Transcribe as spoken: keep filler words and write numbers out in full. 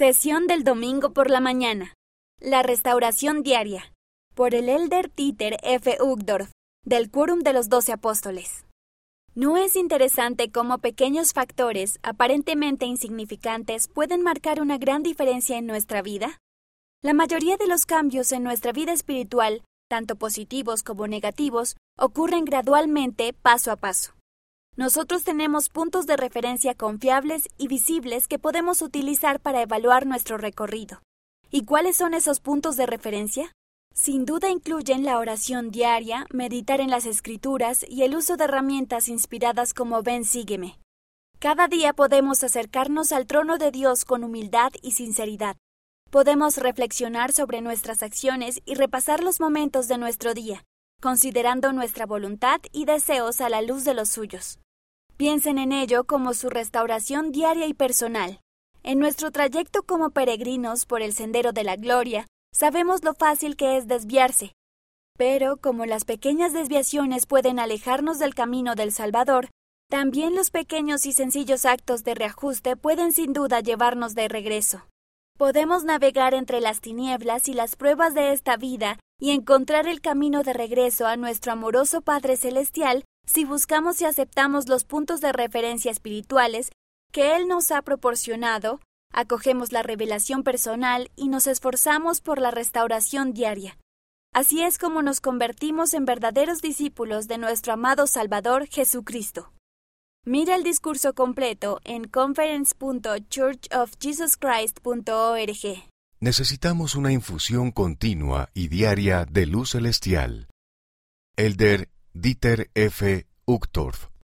Sesión del domingo por la mañana. La restauración diaria. Por el Elder Dieter F. Uchtdorf, del Quórum de los Doce Apóstoles. ¿No es interesante cómo pequeños factores, aparentemente insignificantes, pueden marcar una gran diferencia en nuestra vida? La mayoría de los cambios en nuestra vida espiritual, tanto positivos como negativos, ocurren gradualmente, paso a paso. Nosotros tenemos puntos de referencia confiables y visibles que podemos utilizar para evaluar nuestro recorrido. ¿Y cuáles son esos puntos de referencia? Sin duda incluyen la oración diaria, meditar en las Escrituras y el uso de herramientas inspiradas como Ven, sígueme. Cada día podemos acercarnos al trono de Dios con humildad y sinceridad. Podemos reflexionar sobre nuestras acciones y repasar los momentos de nuestro día, considerando nuestra voluntad y deseos a la luz de los suyos. Piensen en ello como su restauración diaria y personal. En nuestro trayecto como peregrinos por el sendero de la gloria, sabemos lo fácil que es desviarse. Pero como las pequeñas desviaciones pueden alejarnos del camino del Salvador, también los pequeños y sencillos actos de reajuste pueden sin duda llevarnos de regreso. Podemos navegar entre las tinieblas y las pruebas de esta vida y encontrar el camino de regreso a nuestro amoroso Padre Celestial si buscamos y aceptamos los puntos de referencia espirituales que Él nos ha proporcionado, acogemos la revelación personal y nos esforzamos por la restauración diaria. Así es como nos convertimos en verdaderos discípulos de nuestro amado Salvador Jesucristo. Mira el discurso completo en conference punto church of jesus christ punto org. Necesitamos una infusión continua y diaria de luz celestial. Elder Dieter F. Uchtdorf.